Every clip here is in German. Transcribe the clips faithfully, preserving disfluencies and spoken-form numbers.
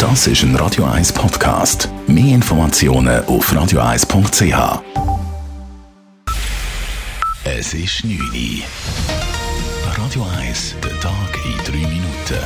Das ist ein Radio eins Podcast. Mehr Informationen auf radio eins punkt c h. Es ist neun Uhr. Radio eins, der Tag in drei Minuten.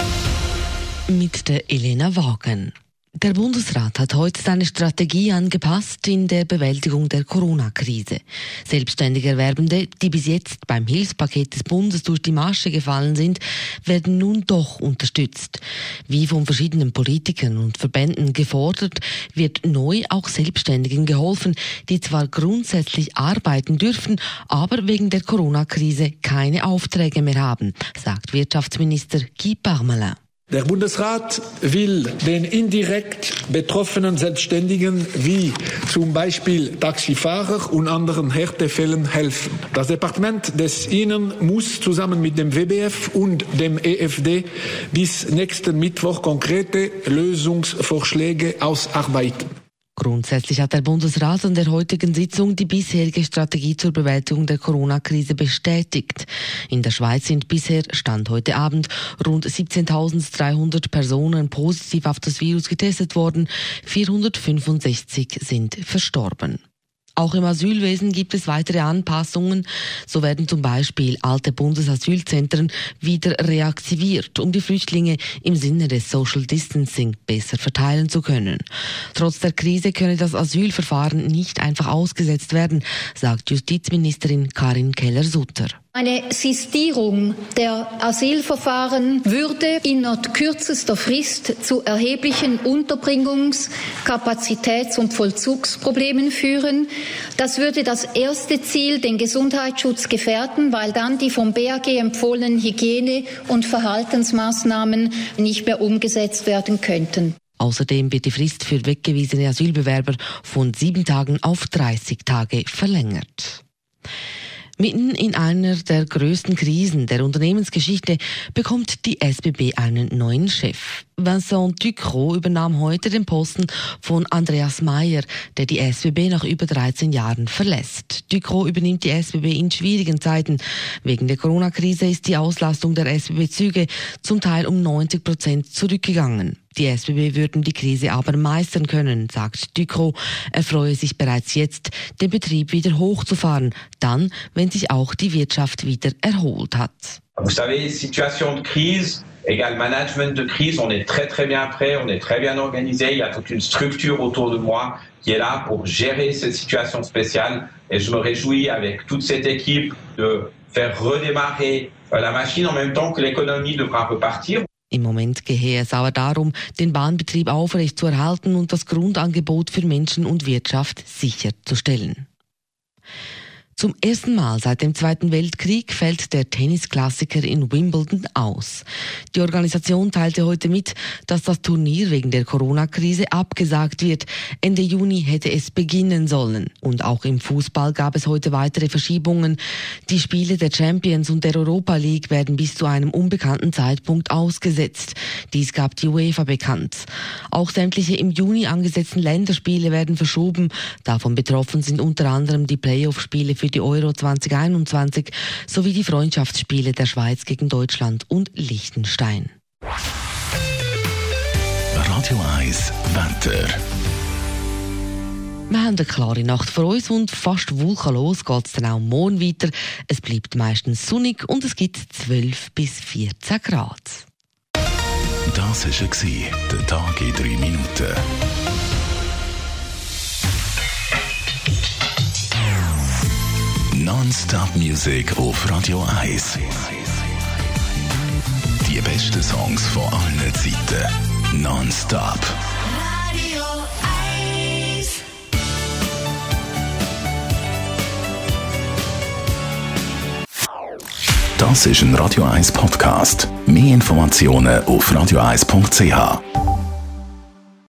Mit der Elena Wagen. Der Bundesrat hat heute seine Strategie angepasst in der Bewältigung der Corona-Krise. Selbstständige Erwerbende, die bis jetzt beim Hilfspaket des Bundes durch die Masche gefallen sind, werden nun doch unterstützt. Wie von verschiedenen Politikern und Verbänden gefordert, wird neu auch Selbstständigen geholfen, die zwar grundsätzlich arbeiten dürfen, aber wegen der Corona-Krise keine Aufträge mehr haben, sagt Wirtschaftsminister Guy Parmelin. Der Bundesrat will den indirekt betroffenen Selbstständigen wie zum Beispiel Taxifahrer und anderen Härtefällen helfen. Das Departement des Innern muss zusammen mit dem W B F und dem E F D bis nächsten Mittwoch konkrete Lösungsvorschläge ausarbeiten. Grundsätzlich hat der Bundesrat an der heutigen Sitzung die bisherige Strategie zur Bewältigung der Corona-Krise bestätigt. In der Schweiz sind bisher, Stand heute Abend, rund siebzehntausenddreihundert Personen positiv auf das Virus getestet worden, vierhundertfünfundsechzig sind verstorben. Auch im Asylwesen gibt es weitere Anpassungen. So werden zum Beispiel alte Bundesasylzentren wieder reaktiviert, um die Flüchtlinge im Sinne des Social Distancing besser verteilen zu können. Trotz der Krise könne das Asylverfahren nicht einfach ausgesetzt werden, sagt Justizministerin Karin Keller-Sutter. Eine Sistierung der Asylverfahren würde innerhalb kürzester Frist zu erheblichen Unterbringungs-, Kapazitäts- und Vollzugsproblemen führen. Das würde das erste Ziel, den Gesundheitsschutz, gefährden, weil dann die vom B A G empfohlenen Hygiene- und Verhaltensmaßnahmen nicht mehr umgesetzt werden könnten. Außerdem wird die Frist für weggewiesene Asylbewerber von sieben Tagen auf dreißig Tage verlängert. Mitten in einer der grössten Krisen der Unternehmensgeschichte bekommt die S B B einen neuen Chef. Vincent Ducrot übernahm heute den Posten von Andreas Meier, der die S B B nach über dreizehn Jahren verlässt. Ducrot übernimmt die S B B in schwierigen Zeiten. Wegen der Corona-Krise ist die Auslastung der S B B-Züge zum Teil um neunzig Prozent zurückgegangen. Die S B B würden die Krise aber meistern können, sagt Ducrot. Er freue sich bereits jetzt, den Betrieb wieder hochzufahren, dann, wenn sich auch die Wirtschaft wieder erholt hat. Vous savez, situation de crise égale management de crise. On est très très bien prêt, on est très bien organisé. Il y a toute une structure autour de moi qui est là pour gérer cette situation spéciale. Et je me réjouis avec toute cette équipe de faire redémarrer la machine en même temps que l'économie devra repartir. Im Moment gehe es aber darum, den Bahnbetrieb aufrechtzuerhalten und das Grundangebot für Menschen und Wirtschaft sicherzustellen. Zum ersten Mal seit dem Zweiten Weltkrieg fällt der Tennisklassiker in Wimbledon aus. Die Organisation teilte heute mit, dass das Turnier wegen der Corona-Krise abgesagt wird. Ende Juni hätte es beginnen sollen. Und auch im Fußball gab es heute weitere Verschiebungen. Die Spiele der Champions und der Europa League werden bis zu einem unbekannten Zeitpunkt ausgesetzt. Dies gab die UEFA bekannt. Auch sämtliche im Juni angesetzten Länderspiele werden verschoben. Davon betroffen sind unter anderem die Playoff-Spiele für die Euro zwanzig einundzwanzig sowie die Freundschaftsspiele der Schweiz gegen Deutschland und Liechtenstein. Radio eins Wetter. Wir haben eine klare Nacht vor uns und fast wolkenlos geht es dann auch morgen weiter. Es bleibt meistens sonnig und es gibt zwölf bis vierzehn Grad. Das war der Tag in drei Minuten. Non-Stop-Musik auf Radio eins. Die besten Songs von allen Zeiten. Non-Stop. Radio eins. Das ist ein Radio eins Podcast. Mehr Informationen auf radio eins punkt c h.